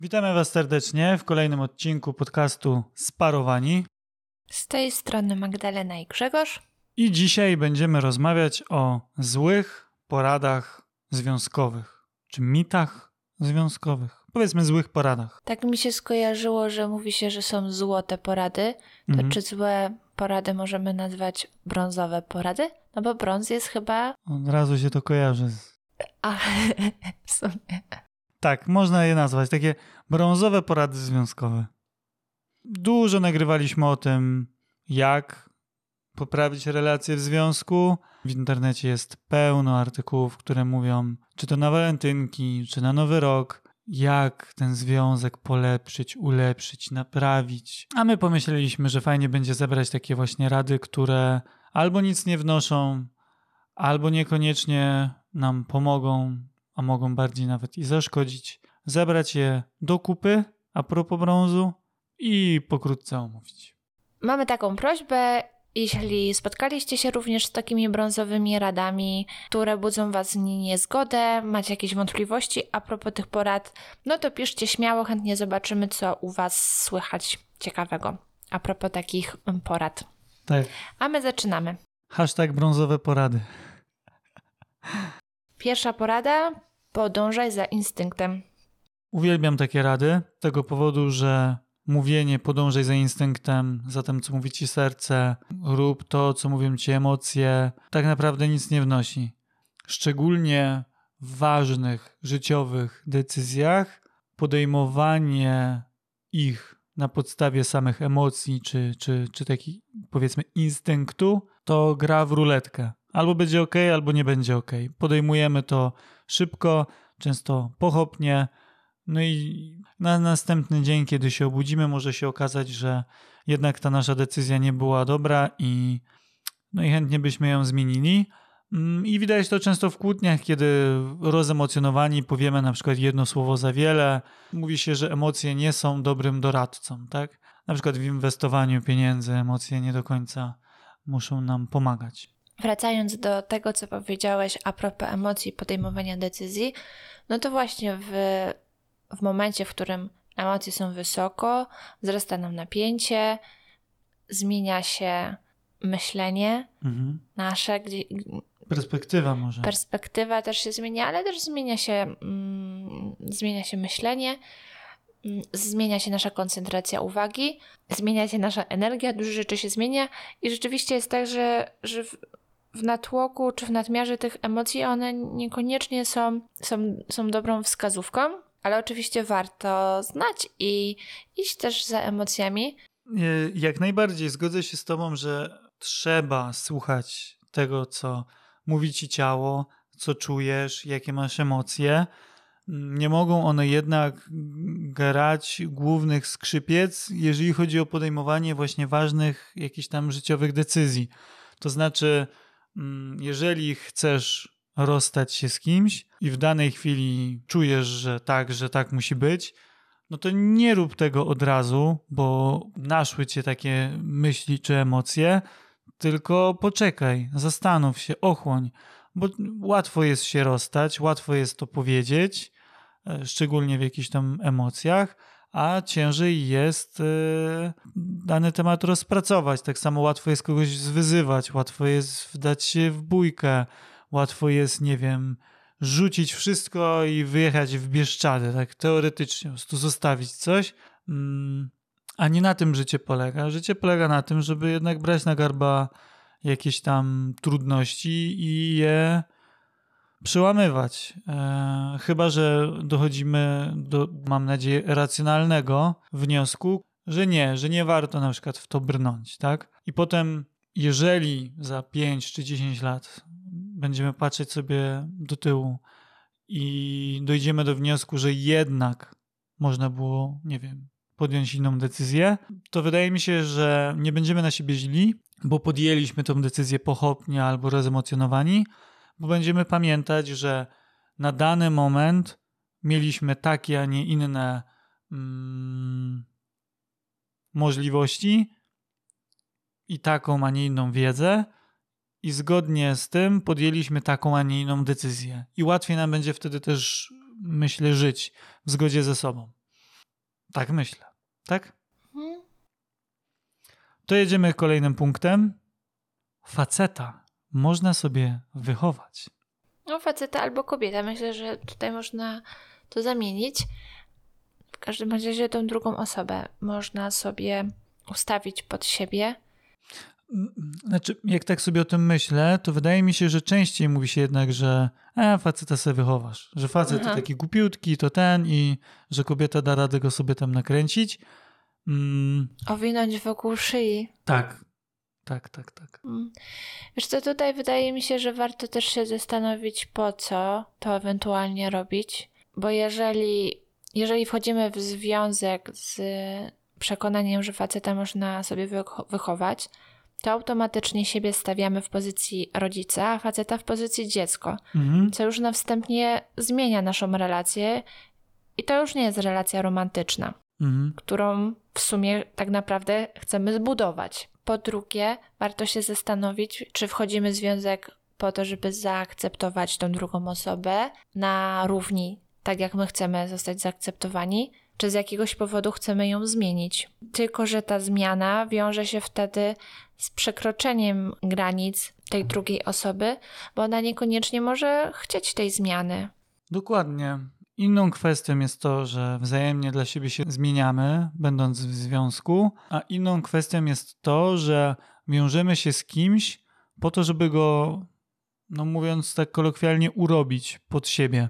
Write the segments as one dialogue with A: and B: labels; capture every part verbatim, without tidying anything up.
A: Witamy Was serdecznie w kolejnym odcinku podcastu Sparowani.
B: Z tej strony Magdalena i Grzegorz.
A: I dzisiaj będziemy rozmawiać o złych poradach związkowych, czy mitach związkowych. Powiedzmy złych poradach.
B: Tak mi się skojarzyło, że mówi się, że są złote porady. To mhm. czy złe porady możemy nazwać brązowe porady? No bo brąz jest chyba...
A: Od razu się to kojarzy. Z...
B: A, w sumie...
A: Tak, można je nazwać. Takie brązowe porady związkowe. Dużo nagrywaliśmy o tym, jak poprawić relacje w związku. W internecie jest pełno artykułów, które mówią, czy to na walentynki, czy na Nowy Rok, jak ten związek polepszyć, ulepszyć, naprawić. A my pomyśleliśmy, że fajnie będzie zebrać takie właśnie rady, które albo nic nie wnoszą, albo niekoniecznie nam pomogą, a mogą bardziej nawet i zaszkodzić. Zebrać je do kupy a propos brązu i pokrótce omówić.
B: Mamy taką prośbę, jeśli spotkaliście się również z takimi brązowymi radami, które budzą was niezgodę, macie jakieś wątpliwości a propos tych porad, no to piszcie śmiało, chętnie zobaczymy, co u was słychać ciekawego a propos takich porad.
A: Tak.
B: A my zaczynamy.
A: Hashtag brązowe porady.
B: Pierwsza porada, podążaj za instynktem.
A: Uwielbiam takie rady, z tego powodu, że mówienie podążaj za instynktem, za tym, co mówi ci serce, rób to, co mówią ci emocje, tak naprawdę nic nie wnosi. Szczególnie w ważnych, życiowych decyzjach podejmowanie ich na podstawie samych emocji, czy, czy, czy taki, powiedzmy, instynktu, to gra w ruletkę. Albo będzie ok, albo nie będzie ok. Podejmujemy to szybko, często pochopnie, no i na następny dzień, kiedy się obudzimy, może się okazać, że jednak ta nasza decyzja nie była dobra i, no i chętnie byśmy ją zmienili. I widać to często w kłótniach, kiedy rozemocjonowani powiemy na przykład jedno słowo za wiele. Mówi się, że emocje nie są dobrym doradcą, tak? Na przykład w inwestowaniu pieniędzy emocje nie do końca muszą nam pomagać.
B: Wracając do tego, co powiedziałeś a propos emocji i podejmowania decyzji, no to właśnie w, w momencie, w którym emocje są wysoko, wzrasta nam napięcie, zmienia się myślenie mhm. nasze. Gdzie,
A: perspektywa może.
B: Perspektywa też się zmienia, ale też zmienia się, mm, zmienia się myślenie, mm, zmienia się nasza koncentracja uwagi, zmienia się nasza energia, dużo rzeczy się zmienia i rzeczywiście jest tak, że, że w, w natłoku czy w nadmiarze tych emocji one niekoniecznie są, są, są dobrą wskazówką, ale oczywiście warto znać i iść też za emocjami.
A: Jak najbardziej zgodzę się z tobą, że trzeba słuchać tego, co mówi ci ciało, co czujesz, jakie masz emocje. Nie mogą one jednak grać głównych skrzypiec, jeżeli chodzi o podejmowanie właśnie ważnych jakichś tam życiowych decyzji. To znaczy, jeżeli chcesz rozstać się z kimś i w danej chwili czujesz, że tak, że tak musi być, no to nie rób tego od razu, bo naszły cię takie myśli czy emocje, tylko poczekaj, zastanów się, ochłoń, bo łatwo jest się rozstać, łatwo jest to powiedzieć, szczególnie w jakichś tam emocjach, a ciężej jest yy, dany temat rozpracować. Tak samo łatwo jest kogoś zwyzywać, łatwo jest wdać się w bójkę, łatwo jest, nie wiem, rzucić wszystko i wyjechać w Bieszczady, tak teoretycznie, po prostu zostawić coś. Mm, a nie na tym życie polega. Życie polega na tym, żeby jednak brać na garba jakieś tam trudności i je przełamywać. E, chyba że dochodzimy do, mam nadzieję, racjonalnego wniosku, że nie, że nie warto na przykład w to brnąć, tak? I potem, jeżeli za pięć czy dziesięć lat będziemy patrzeć sobie do tyłu i dojdziemy do wniosku, że jednak można było, nie wiem, podjąć inną decyzję, to wydaje mi się, że nie będziemy na siebie źli, bo podjęliśmy tą decyzję pochopnie albo rozemocjonowani, bo będziemy pamiętać, że na dany moment mieliśmy takie, a nie inne mm, możliwości i taką, a nie inną wiedzę i zgodnie z tym podjęliśmy taką, a nie inną decyzję. I łatwiej nam będzie wtedy też, myślę, żyć w zgodzie ze sobą. Tak myślę. Tak?
B: Hmm?
A: To jedziemy kolejnym punktem. Faceta można sobie wychować.
B: No faceta albo kobieta. Myślę, że tutaj można to zamienić. W każdym razie tą drugą osobę można sobie ustawić pod siebie.
A: Znaczy, jak tak sobie o tym myślę, to wydaje mi się, że częściej mówi się jednak, że e, faceta sobie wychowasz. Że facet
B: Aha.
A: to taki głupiutki, to ten i że kobieta da radę go sobie tam nakręcić. Mm,
B: Owinąć wokół szyi.
A: tak, tak, tak, tak.
B: Mm. Wiesz co, tutaj wydaje mi się, że warto też się zastanowić, po co to ewentualnie robić. Bo jeżeli, jeżeli wchodzimy w związek z przekonaniem, że faceta można sobie wycho- wychować, to automatycznie siebie stawiamy w pozycji rodzica, a faceta w pozycji dziecko,
A: Mhm.
B: co już na wstępnie zmienia naszą relację i to już nie jest relacja romantyczna,
A: Mhm.
B: którą w sumie tak naprawdę chcemy zbudować. Po drugie, warto się zastanowić, czy wchodzimy w związek po to, żeby zaakceptować tą drugą osobę na równi, tak jak my chcemy zostać zaakceptowani, czy z jakiegoś powodu chcemy ją zmienić. Tylko że ta zmiana wiąże się wtedy z przekroczeniem granic tej drugiej osoby, bo ona niekoniecznie może chcieć tej zmiany.
A: Dokładnie. Inną kwestią jest to, że wzajemnie dla siebie się zmieniamy, będąc w związku, a inną kwestią jest to, że wiążemy się z kimś po to, żeby go, no mówiąc tak kolokwialnie, urobić pod siebie.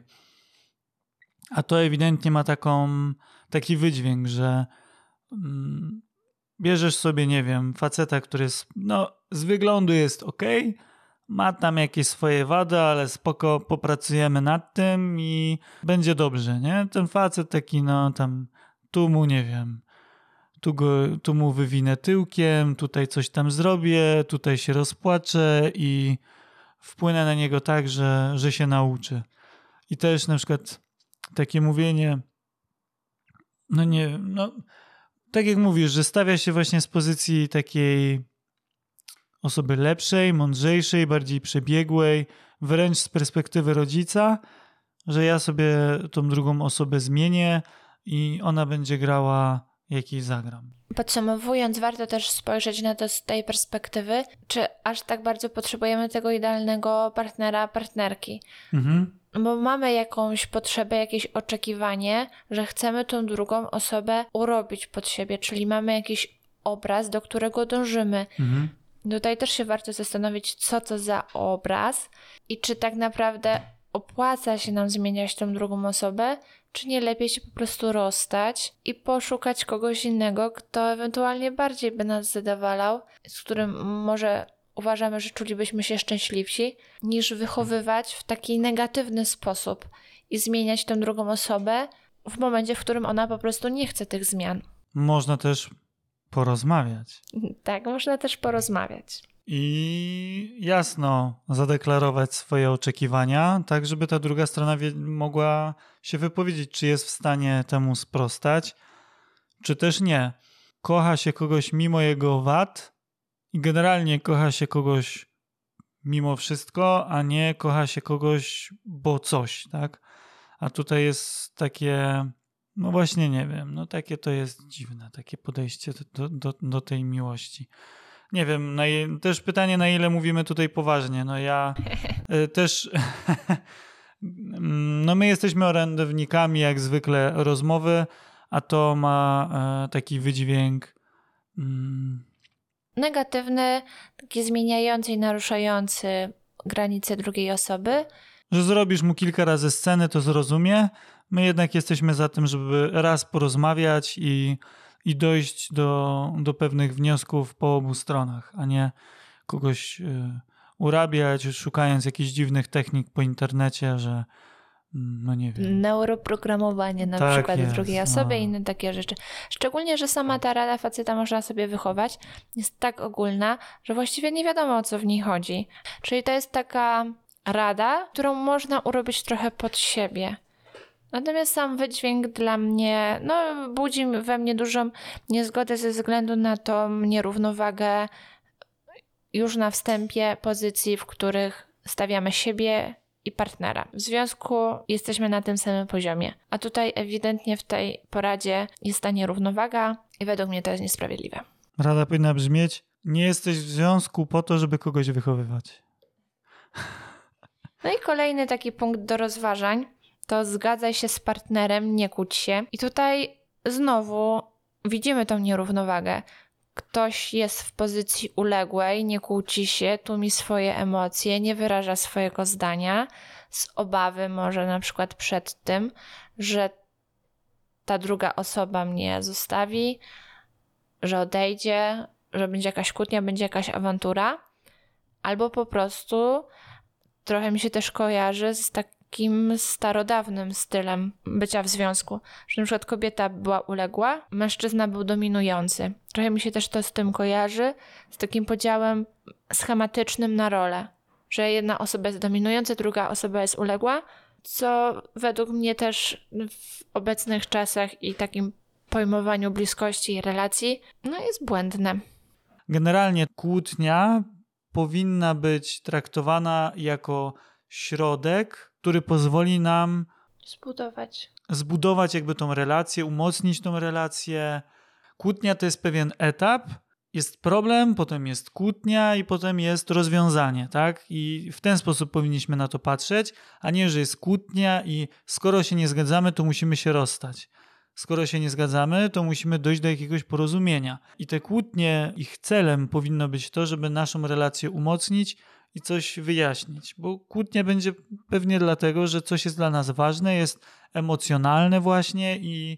A: A to ewidentnie ma taką, taki wydźwięk, że mm, bierzesz sobie, nie wiem, faceta, który jest, no z wyglądu jest okej, ma tam jakieś swoje wady, ale spoko, popracujemy nad tym i będzie dobrze, nie? Ten facet taki, no tam, tu mu, nie wiem, tu, go, tu mu wywinę tyłkiem, tutaj coś tam zrobię, tutaj się rozpłaczę i wpłynę na niego tak, że, że się nauczy. I też na przykład takie mówienie, no nie wiem, no tak jak mówisz, że stawia się właśnie z pozycji takiej osoby lepszej, mądrzejszej, bardziej przebiegłej, wręcz z perspektywy rodzica, że ja sobie tą drugą osobę zmienię i ona będzie grała, jak jej zagram.
B: Podsumowując, warto też spojrzeć na to z tej perspektywy, czy aż tak bardzo potrzebujemy tego idealnego partnera, partnerki.
A: Mhm.
B: Bo mamy jakąś potrzebę, jakieś oczekiwanie, że chcemy tą drugą osobę urobić pod siebie, czyli mamy jakiś obraz, do którego dążymy.
A: Mhm.
B: Tutaj też się warto zastanowić, co to za obraz i czy tak naprawdę opłaca się nam zmieniać tą drugą osobę, czy nie lepiej się po prostu rozstać i poszukać kogoś innego, kto ewentualnie bardziej by nas zadowalał, z którym może uważamy, że czulibyśmy się szczęśliwsi, niż wychowywać w taki negatywny sposób i zmieniać tę drugą osobę w momencie, w którym ona po prostu nie chce tych zmian.
A: Można też porozmawiać.
B: Tak, można też porozmawiać.
A: I jasno zadeklarować swoje oczekiwania, tak żeby ta druga strona wie- mogła się wypowiedzieć, czy jest w stanie temu sprostać, czy też nie. Kocha się kogoś mimo jego wad i generalnie kocha się kogoś mimo wszystko, a nie kocha się kogoś bo coś, tak? A tutaj jest takie, no właśnie nie wiem, no takie to jest dziwne, takie podejście do, do, do tej miłości. Nie wiem, na je, też pytanie, na ile mówimy tutaj poważnie. No ja y, też, no my jesteśmy orędownikami jak zwykle rozmowy, a to ma y, taki wydźwięk mm,
B: Negatywny, taki zmieniający i naruszający granice drugiej osoby.
A: że zrobisz mu kilka razy sceny, to zrozumie. My jednak jesteśmy za tym, żeby raz porozmawiać i, i dojść do, do pewnych wniosków po obu stronach, a nie kogoś y, urabiać, szukając jakichś dziwnych technik po internecie, że no nie wiem.
B: Neuroprogramowanie na
A: Tak
B: przykład
A: jest,
B: drugiej
A: no.
B: osoby i inne takie rzeczy. Szczególnie, że sama ta rada faceta można sobie wychować jest tak ogólna, że właściwie nie wiadomo, o co w niej chodzi. Czyli to jest taka rada, którą można urobić trochę pod siebie. Natomiast sam wydźwięk dla mnie, no, budzi we mnie dużą niezgodę ze względu na tą nierównowagę już na wstępie pozycji, w których stawiamy siebie i partnera. W związku jesteśmy na tym samym poziomie. A tutaj ewidentnie w tej poradzie jest ta nierównowaga i według mnie to jest niesprawiedliwe.
A: Rada powinna brzmieć: nie jesteś w związku po to, żeby kogoś wychowywać.
B: No i kolejny taki punkt do rozważań to zgadzaj się z partnerem, nie kłóć się. I tutaj znowu widzimy tą nierównowagę. Ktoś jest w pozycji uległej, nie kłóci się, tłumi swoje emocje, nie wyraża swojego zdania z obawy może na przykład przed tym, że ta druga osoba mnie zostawi, że odejdzie, że będzie jakaś kłótnia, będzie jakaś awantura. Albo po prostu trochę mi się też kojarzy z takim starodawnym stylem bycia w związku, że na przykład kobieta była uległa, mężczyzna był dominujący. Trochę mi się też to z tym kojarzy, z takim podziałem schematycznym na rolę, że jedna osoba jest dominująca, druga osoba jest uległa, co według mnie też w obecnych czasach i takim pojmowaniu bliskości i relacji, no jest błędne.
A: Generalnie kłótnia powinna być traktowana jako środek, który pozwoli nam
B: Zbudować.
A: zbudować jakby tą relację, umocnić tą relację. Kłótnia to jest pewien etap, jest problem, potem jest kłótnia i potem jest rozwiązanie, tak? I w ten sposób powinniśmy na to patrzeć, a nie, że jest kłótnia i skoro się nie zgadzamy, to musimy się rozstać. Skoro się nie zgadzamy, to musimy dojść do jakiegoś porozumienia. I te kłótnie, ich celem powinno być to, żeby naszą relację umocnić i coś wyjaśnić. Bo kłótnia będzie pewnie dlatego, że coś jest dla nas ważne, jest emocjonalne właśnie i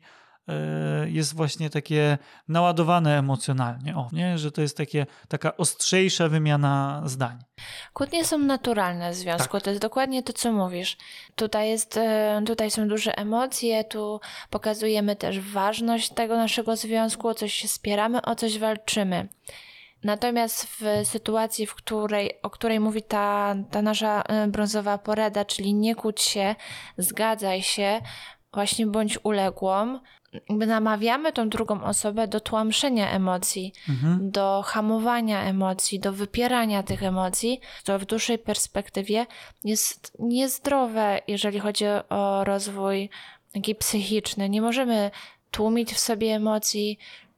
A: yy, jest właśnie takie naładowane emocjonalnie. O, nie? Że to jest takie, taka ostrzejsza wymiana zdań.
B: Kłótnie są naturalne w związku, tak. To jest dokładnie to, co mówisz. Tutaj, jest, tutaj są duże emocje, tu pokazujemy też ważność tego naszego związku, o coś się spieramy, o coś walczymy. Natomiast w sytuacji, w której, o której mówi ta, ta nasza brązowa porada, czyli nie kłóć się, zgadzaj się, właśnie bądź uległą, namawiamy tą drugą osobę do tłamszenia emocji, mhm. do hamowania emocji, do wypierania tych emocji, to w dłuższej perspektywie jest niezdrowe, jeżeli chodzi o rozwój taki psychiczny. Nie możemy tłumić w sobie emocji,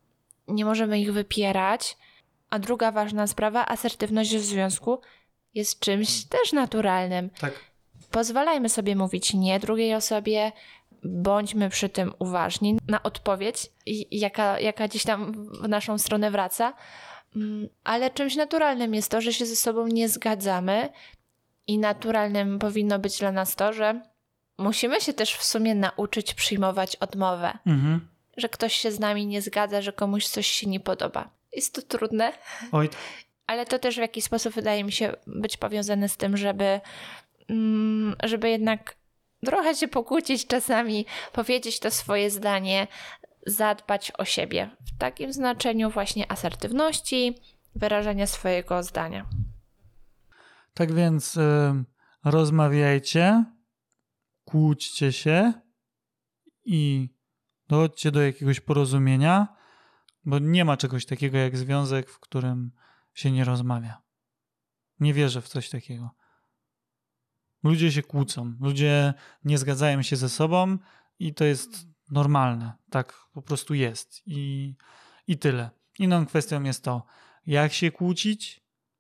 B: nie możemy ich wypierać. A druga ważna sprawa, asertywność w związku jest czymś też naturalnym. Tak. Pozwalajmy sobie mówić nie drugiej osobie, bądźmy przy tym uważni na odpowiedź, jaka, jaka gdzieś tam w naszą stronę wraca, ale czymś naturalnym jest to, że się ze sobą nie zgadzamy i naturalnym powinno być dla nas to, że musimy się też w sumie nauczyć przyjmować odmowę, mhm. że ktoś się z nami nie zgadza, że komuś coś się nie podoba. Jest to trudne, Oj. ale to też w jakiś sposób wydaje mi się być powiązane z tym, żeby, żeby jednak trochę się pokłócić czasami, powiedzieć to swoje zdanie, zadbać o siebie. W takim znaczeniu właśnie asertywności, wyrażania swojego zdania.
A: Tak więc y, rozmawiajcie, kłóćcie się i dochodźcie do jakiegoś porozumienia, bo nie ma czegoś takiego jak związek, w którym się nie rozmawia. Nie wierzę w coś takiego. Ludzie się kłócą, ludzie nie zgadzają się ze sobą i to jest normalne. Tak po prostu jest. I, i tyle. Inną kwestią jest to, jak się kłócić,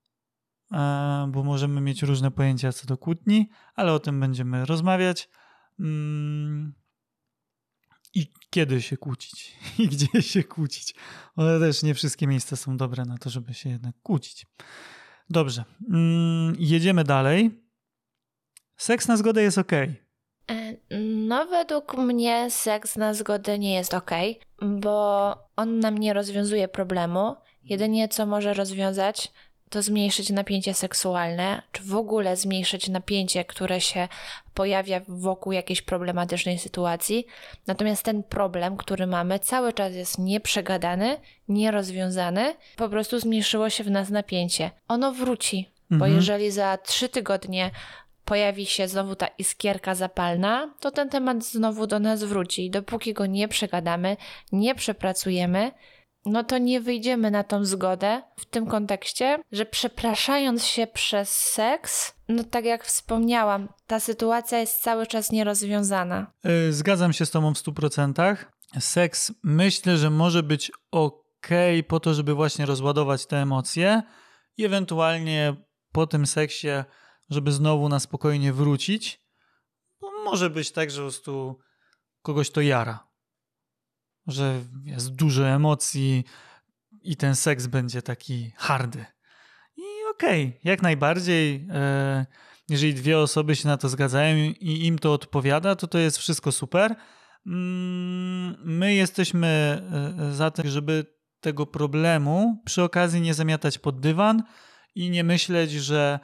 A: e, bo możemy mieć różne pojęcia co do kłótni, ale o tym będziemy rozmawiać. Mm, I kiedy się kłócić i gdzie się kłócić. One też nie wszystkie miejsca są dobre na to, żeby się jednak kłócić. Dobrze, mm, jedziemy dalej. Seks na zgodę jest okej.
B: No według mnie seks na zgodę nie jest okej, bo on nam nie rozwiązuje problemu. Jedynie co może rozwiązać, to zmniejszyć napięcie seksualne, czy w ogóle zmniejszyć napięcie, które się pojawia wokół jakiejś problematycznej sytuacji. Natomiast ten problem, który mamy, cały czas jest nieprzegadany, nierozwiązany. Po prostu zmniejszyło się w nas napięcie. Ono wróci, mhm. bo jeżeli za trzy tygodnie pojawi się znowu ta iskierka zapalna, to ten temat znowu do nas wróci. Dopóki go nie przegadamy, nie przepracujemy, no to nie wyjdziemy na tą zgodę w tym kontekście, że przepraszając się przez seks, no tak jak wspomniałam, ta sytuacja jest cały czas nierozwiązana.
A: Yy, zgadzam się z tobą w stu procentach. Seks myślę, że może być okej po to, żeby właśnie rozładować te emocje i ewentualnie po tym seksie, żeby znowu na spokojnie wrócić. Bo może być tak, że po prostu kogoś to jara. Że jest dużo emocji i ten seks będzie taki hardy. I okej, okay, jak najbardziej, e, jeżeli dwie osoby się na to zgadzają i im to odpowiada, to to jest wszystko super. Mm, my jesteśmy za tym, żeby tego problemu przy okazji nie zamiatać pod dywan i nie myśleć, że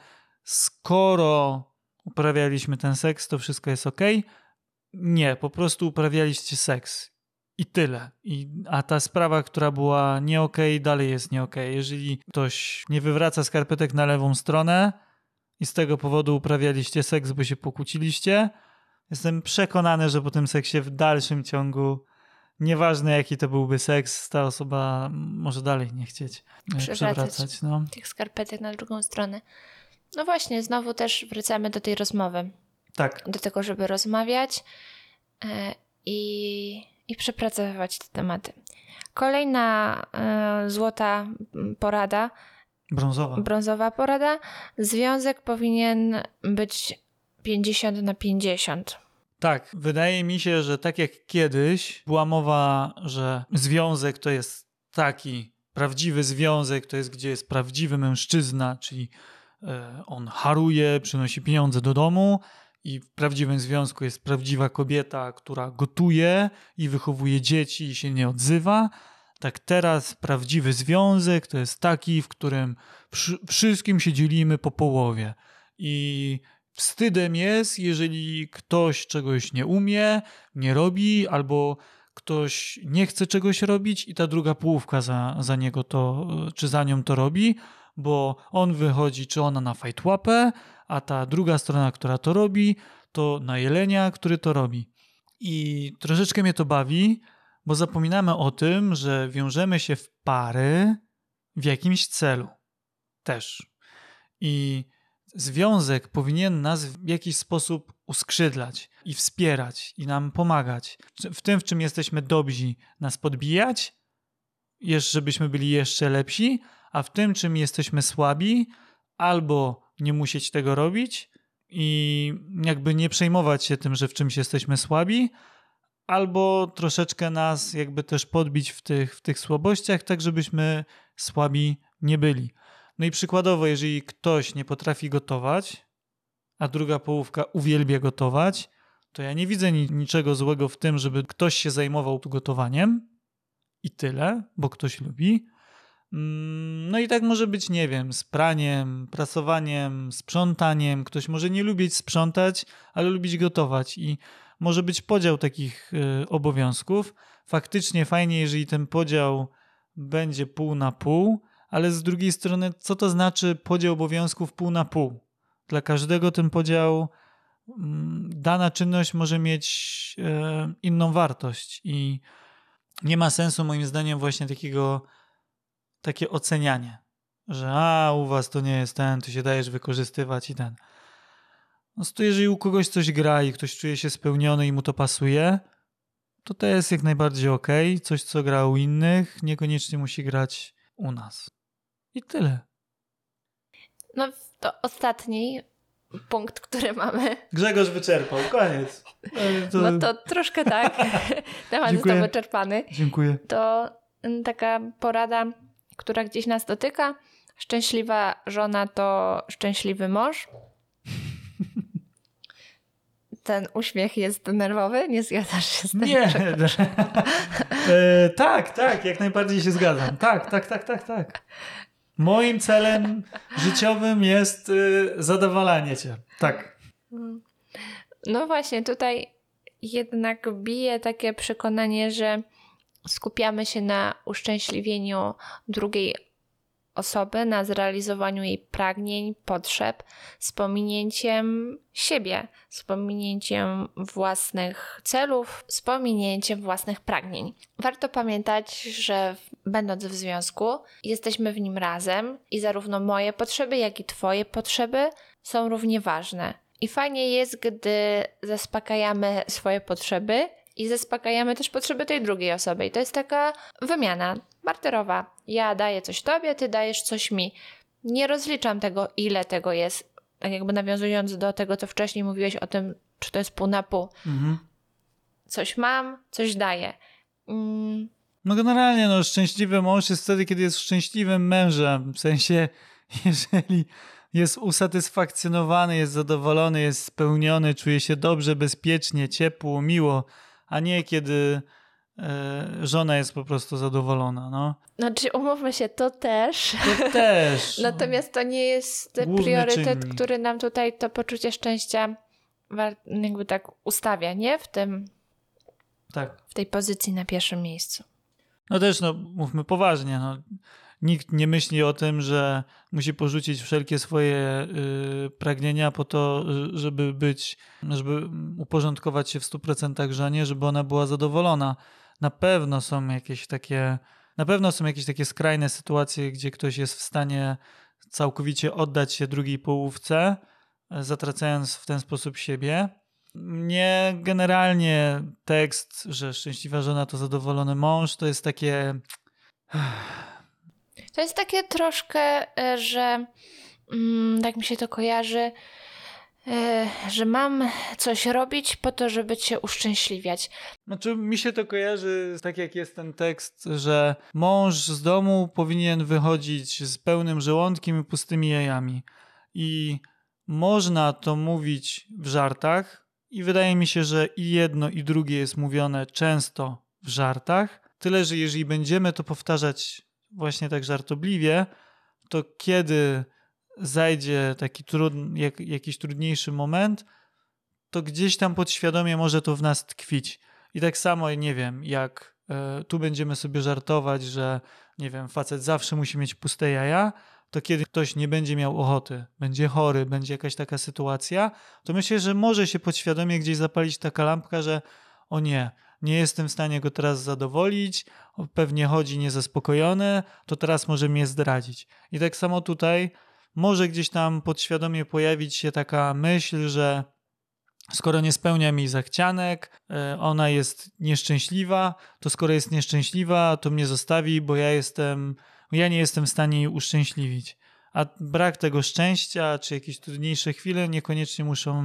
A: skoro uprawialiśmy ten seks, to wszystko jest okej. Nie, po prostu uprawialiście seks. I tyle. I, a ta sprawa, która była nie okej, dalej jest nie okej. Jeżeli ktoś nie wywraca skarpetek na lewą stronę i z tego powodu uprawialiście seks, bo się pokłóciliście, jestem przekonany, że po tym seksie w dalszym ciągu, nieważne jaki to byłby seks, ta osoba może dalej nie chcieć przewracać. No.
B: Tych skarpetek na drugą stronę. No właśnie, znowu też wracamy do tej rozmowy.
A: Tak.
B: Do tego, żeby rozmawiać e, i, i przepracowywać te tematy. Kolejna e, złota porada.
A: Brązowa.
B: Brązowa porada. Związek powinien być pięćdziesiąt na pięćdziesiąt.
A: Tak, wydaje mi się, że tak jak kiedyś była mowa, że związek to jest taki prawdziwy związek, to jest gdzie jest prawdziwy mężczyzna, czyli on haruje, przynosi pieniądze do domu i w prawdziwym związku jest prawdziwa kobieta, która gotuje i wychowuje dzieci i się nie odzywa. Tak teraz prawdziwy związek to jest taki, w którym przy, wszystkim się dzielimy po połowie. I wstydem jest, jeżeli ktoś czegoś nie umie, nie robi, albo ktoś nie chce czegoś robić i ta druga połówka za, za niego to, czy za nią to robi, bo on wychodzi, czy ona na fajtłapę, a ta druga strona, która to robi, to na jelenia, który to robi. I troszeczkę mnie to bawi, bo zapominamy o tym, że wiążemy się w pary w jakimś celu też. I związek powinien nas w jakiś sposób uskrzydlać i wspierać i nam pomagać. W tym, w czym jesteśmy dobrzy, nas podbijać, jeszcze, żebyśmy byli jeszcze lepsi, a w tym, czym jesteśmy słabi, albo nie musieć tego robić i jakby nie przejmować się tym, że w czymś jesteśmy słabi, albo troszeczkę nas jakby też podbić w tych, w tych słabościach, tak żebyśmy słabi nie byli. No i przykładowo, jeżeli ktoś nie potrafi gotować, a druga połówka uwielbia gotować, to ja nie widzę ni- niczego złego w tym, żeby ktoś się zajmował gotowaniem i tyle, bo ktoś lubi. No i tak może być, nie wiem, z praniem, prasowaniem, sprzątaniem. Ktoś może nie lubić sprzątać, ale lubić gotować i może być podział takich y, obowiązków. Faktycznie fajnie, jeżeli ten podział będzie pół na pół, ale z drugiej strony, co to znaczy podział obowiązków pół na pół? Dla każdego ten podział, y, dana czynność może mieć y, inną wartość i nie ma sensu moim zdaniem właśnie takiego takie ocenianie, że a u was to nie jest ten, ty się dajesz wykorzystywać i ten. No to jeżeli u kogoś coś gra i ktoś czuje się spełniony i mu to pasuje, to to jest jak najbardziej okej. Coś, co gra u innych, niekoniecznie musi grać u nas. I tyle.
B: No to ostatni punkt, który mamy.
A: Grzegorz wyczerpał, koniec.
B: To... No to troszkę tak. Temat
A: Dziękuję.
B: został wyczerpany.
A: Dziękuję.
B: To taka porada, która gdzieś nas dotyka. Szczęśliwa żona to szczęśliwy mąż. Ten uśmiech jest nerwowy? Nie zgadzasz się z tym?
A: Nie. e, tak, tak, jak najbardziej się zgadzam. Tak, tak, tak, tak, tak. Moim celem życiowym jest y, zadowalanie cię. Tak.
B: No właśnie, tutaj jednak bije takie przekonanie, że skupiamy się na uszczęśliwieniu drugiej osoby na zrealizowaniu jej pragnień, potrzeb, z pominięciem siebie, z pominięciem własnych celów, z pominięciem własnych pragnień. Warto pamiętać, że będąc w związku, jesteśmy w nim razem i zarówno moje potrzeby, jak i twoje potrzeby są równie ważne. I fajnie jest, gdy zaspokajamy swoje potrzeby i zaspokajamy też potrzeby tej drugiej osoby. I to jest taka wymiana barterowa. Ja daję coś tobie, ty dajesz coś mi. Nie rozliczam tego, ile tego jest. Tak jakby nawiązując do tego, co wcześniej mówiłeś o tym, czy to jest pół na pół.
A: Mhm.
B: Coś mam, coś daję. Mm.
A: No generalnie, no szczęśliwy mąż jest wtedy, kiedy jest szczęśliwym mężem. W sensie, jeżeli jest usatysfakcjonowany, jest zadowolony, jest spełniony, czuje się dobrze, bezpiecznie, ciepło, miło, a nie kiedy e, żona jest po prostu zadowolona, no.
B: Znaczy, umówmy się, to też.
A: To też.
B: Natomiast to nie jest
A: Główny
B: priorytet,
A: czynnik.
B: który nam tutaj to poczucie szczęścia jakby tak ustawia, nie? W tym,
A: Tak.
B: w tej pozycji na pierwszym miejscu.
A: No też, no mówmy poważnie, no. Nikt nie myśli o tym, że musi porzucić wszelkie swoje y, pragnienia po to, żeby być, żeby uporządkować się w stu procentach żonie, żeby ona była zadowolona. Na pewno są jakieś takie, na pewno są jakieś takie skrajne sytuacje, gdzie ktoś jest w stanie całkowicie oddać się drugiej połówce, zatracając w ten sposób siebie. Mnie generalnie tekst, że szczęśliwa żona to zadowolony mąż, to jest takie...
B: To jest takie troszkę, że mm, tak mi się to kojarzy, że mam coś robić po to, żeby cię uszczęśliwiać.
A: Znaczy mi się to kojarzy tak jak jest ten tekst, że mąż z domu powinien wychodzić z pełnym żołądkiem i pustymi jajami. I można to mówić w żartach i wydaje mi się, że i jedno i drugie jest mówione często w żartach. Tyle, że jeżeli będziemy to powtarzać właśnie tak żartobliwie, to kiedy zajdzie taki trudny, jak, jakiś trudniejszy moment, to gdzieś tam podświadomie może to w nas tkwić. I tak samo, nie wiem, jak y, tu będziemy sobie żartować, że nie wiem, facet zawsze musi mieć puste jaja, to kiedy ktoś nie będzie miał ochoty, będzie chory, będzie jakaś taka sytuacja, to myślę, że może się podświadomie gdzieś zapalić taka lampka, że o nie, nie jestem w stanie go teraz zadowolić, pewnie chodzi niezaspokojony, to teraz może mnie zdradzić. I tak samo tutaj może gdzieś tam podświadomie pojawić się taka myśl, że skoro nie spełnia mi zachcianek, ona jest nieszczęśliwa, to skoro jest nieszczęśliwa, to mnie zostawi, bo ja jestem, ja nie jestem w stanie jej uszczęśliwić. A brak tego szczęścia, czy jakieś trudniejsze chwile niekoniecznie muszą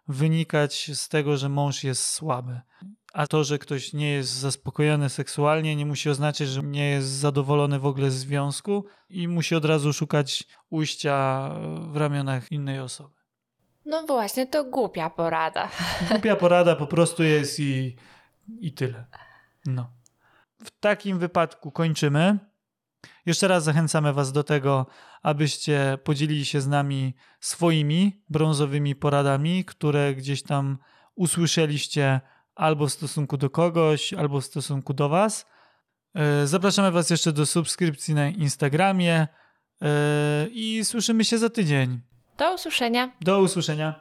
A: wynikać z tego, że mąż jest słaby. A to, że ktoś nie jest zaspokojony seksualnie, nie musi oznaczać, że nie jest zadowolony w ogóle z związku i musi od razu szukać ujścia w ramionach innej osoby.
B: No właśnie, to głupia porada.
A: Głupia porada po prostu jest i, i tyle. No. W takim wypadku kończymy. Jeszcze raz zachęcamy was do tego, abyście podzielili się z nami swoimi brązowymi poradami, które gdzieś tam usłyszeliście albo w stosunku do kogoś, albo w stosunku do was. Zapraszamy was jeszcze do subskrypcji na Instagramie i słyszymy się za tydzień.
B: Do usłyszenia.
A: Do usłyszenia.